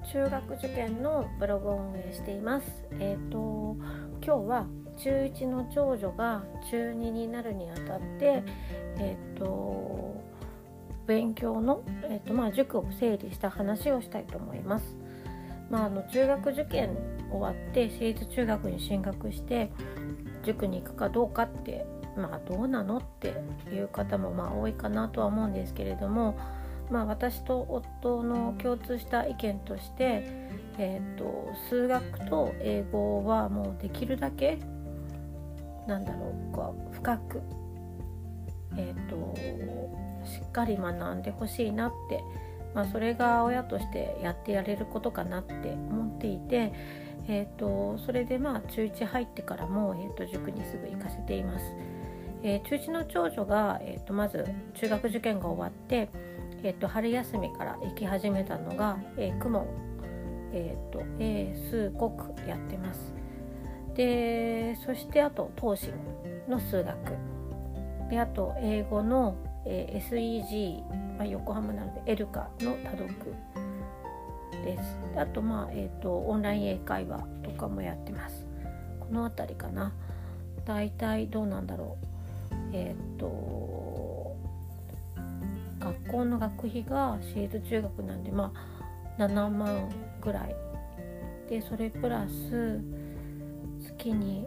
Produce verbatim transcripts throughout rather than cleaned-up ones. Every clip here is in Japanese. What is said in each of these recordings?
中学受験のブログを運営しています。えっと今日は中いちの長女が中にになるにあたって、えっと勉強の、えっとまあ、塾を整理した話をしたいと思います。まあ、あの中学受験終わって私立中学に進学して塾に行くかどうかって、まあ、どうなのっていう方もまあ多いかなとは思うんですけれども、まあ、私と夫の共通した意見として、えーと、数学と英語はもうできるだけなんだろうか深く、えーと、しっかり学んでほしいなって、まあ、それが親としてやってやれることかなって思っていて、えーと、それでまあ中いち入ってからも、えーと、塾にすぐ行かせています。えー、中いちの長女が、えーと、まず中学受験が終わって、えーと、春休みから行き始めたのが、えー、公文、えーと、英数国やってます。で、そしてあと東進の数学で、あと英語の、えー、エスイージー、まあ、横浜なのでエルカの多読です。あと、まあえーと、オンライン英会話とかもやってます。このあたりかな。だいたいどうなんだろう。えっ、ー、と学校の学費が私立中学なんで、まあななまんぐらいで、それプラス月に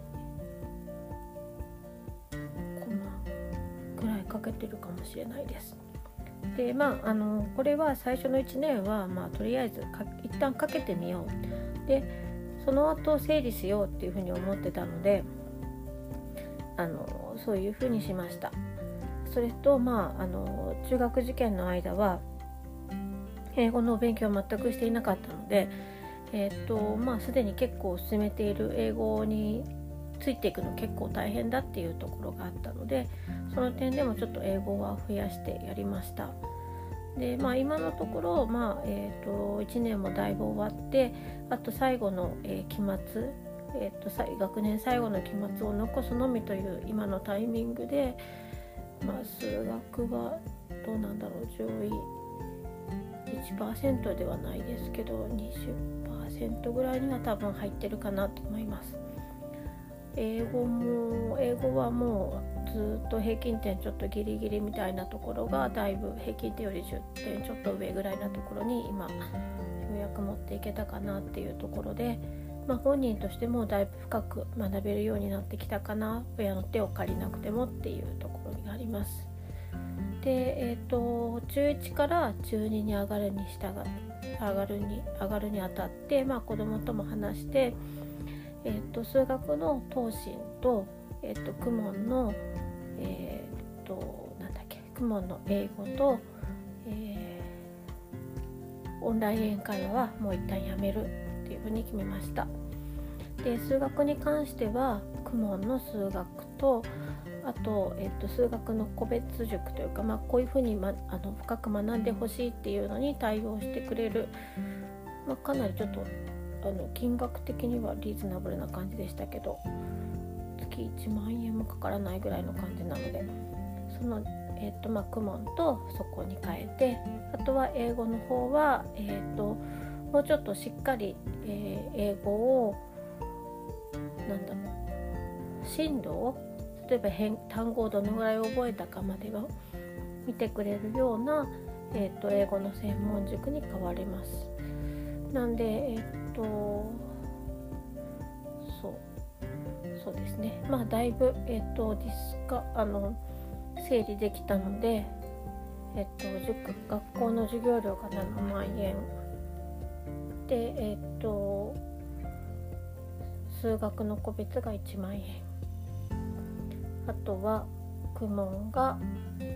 ごまんぐらいかけてるかもしれないです。で、まああのこれは最初のいちねんは、まあとりあえずか一旦かけてみよう。で、その後整理しようっていうふうに思ってたので、あのそういうふうにしました。それと、まあ、あの中学受験の間は英語の勉強を全くしていなかったので、えーとまあ、すでに結構進めている英語についていくの結構大変だっていうところがあったので、その点でもちょっと英語は増やしてやりました。で、まあ、今のところ、まあえーといちねんもだいぶ終わって、あと最後の、えー、期末、えーと学年最後の期末を残すのみという今のタイミングで、まあ、数学はどうなんだろう、上位 いちパーセント ではないですけど にじゅっパーセント ぐらいには多分入ってるかなと思います。英語も英語はもうずっと平均点ちょっとギリギリみたいなところが、だいぶ平均点よりじゅってんちょっと上ぐらいなところに今ようやく持っていけたかなっていうところで、まあ、本人としてもだいぶ深く学べるようになってきたかな、親の手を借りなくてもっていうところになります。で、えーと、中いちから中にに上がるに従上がるに上がるにあたって、まあ、子供とも話して、えーと、数学の東進と、えーと、公文の、えーと、なんだっけ、公文の英語と、えー、オンライン英会話はもう一旦やめるっていうふうに決めました。で、数学に関しては公文の数学と、あと、えっと、数学の個別塾というか、まあ、こういうふうに、ま、あの深く学んでほしいっていうのに対応してくれる、まあ、かなりちょっとあの金額的にはリーズナブルな感じでしたけど、月いちまんえんもかからないぐらいの感じなので、その、えっとまあ、公文とそこに変えて、あとは英語の方は、えっともうちょっとしっかり、えー、英語をなんだろう進度を、例えば変単語をどのぐらい覚えたかまでは見てくれるような、えー、と英語の専門塾に変わります。なんで、えー、とそうそうですね、まあだいぶ、えー、とディスカあの整理できたので、えー、と塾学校の授業料がななまんえんで、えー、と数学の個別がいちまんえん、あとは公文が、え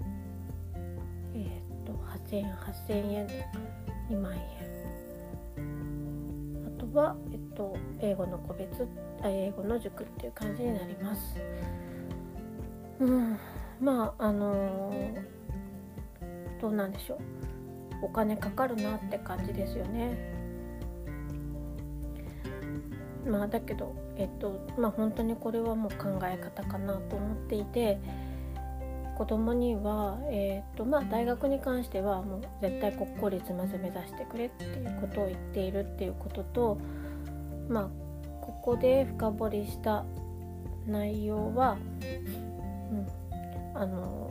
ー、とはっせんえんはっせんえんにまんえん、あとは、えっと、英語の個別英語の塾っていう感じになります。うん、まああのー、どうなんでしょう、お金かかるなって感じですよね。まあだけど、えっとまあ、本当にこれはもう考え方かなと思っていて、 子供には、えーとまあ、大学に関してはもう絶対国公立まず目指してくれっていうことを言っているっていうことと、まあ、ここで深掘りした内容は、うん、あの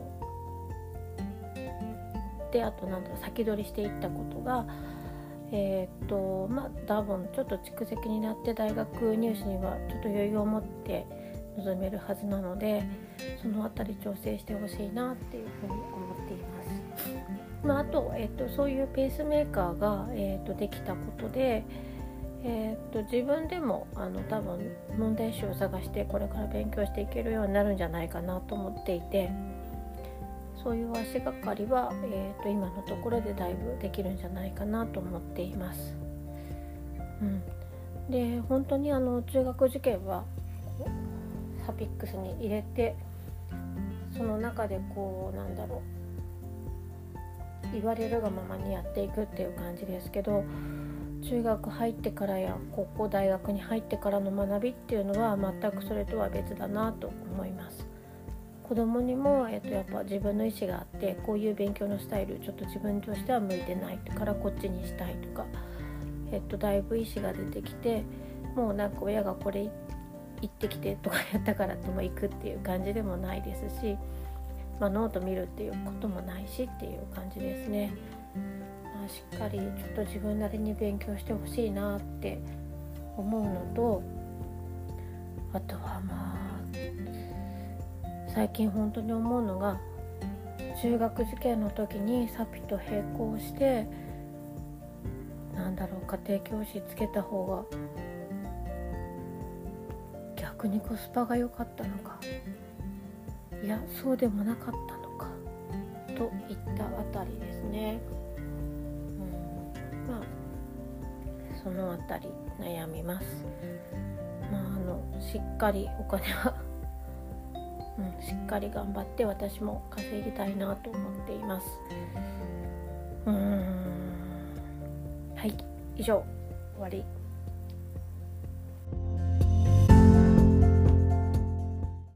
であとなんだろう先取りしていったことが、えーとまあ、多分ちょっと蓄積になって大学入試にはちょっと余裕を持って臨めるはずなので、そのあたり調整してほしいなっていうふうに思っています。まあ、あと、えーと、そういうペースメーカーが、えーと、できたことで、えーと、自分でもあの多分問題集を探してこれから勉強していけるようになるんじゃないかなと思っていて、そういう足がかりは、えーと、今のところでだいぶできるんじゃないかなと思っています。うん、で本当にあの中学受験はサピックスに入れて、その中でこうなんだろう言われるがままにやっていくっていう感じですけど、中学入ってからや高校大学に入ってからの学びっていうのは全くそれとは別だなと思います。子供にも、えっと、やっぱ自分の意思があって、こういう勉強のスタイルちょっと自分としては向いてないからこっちにしたいとか、えっと、だいぶ意思が出てきて、もうなんか親がこれ行ってきてとかやったからっても行くっていう感じでもないですし、まあ、ノート見るっていうこともないしっていう感じですね。まあ、しっかりちょっと自分なりに勉強してほしいなって思うのと、あとはまあ最近本当に思うのが、中学受験の時にサピと並行してなんだろう家庭教師つけた方が逆にコスパが良かったのか、いやそうでもなかったのかといったあたりですね。うん、まあそのあたり悩みます。まああのしっかりお金は、うん、しっかり頑張って私も稼ぎたいなと思っています。うーんはい、以上終わり。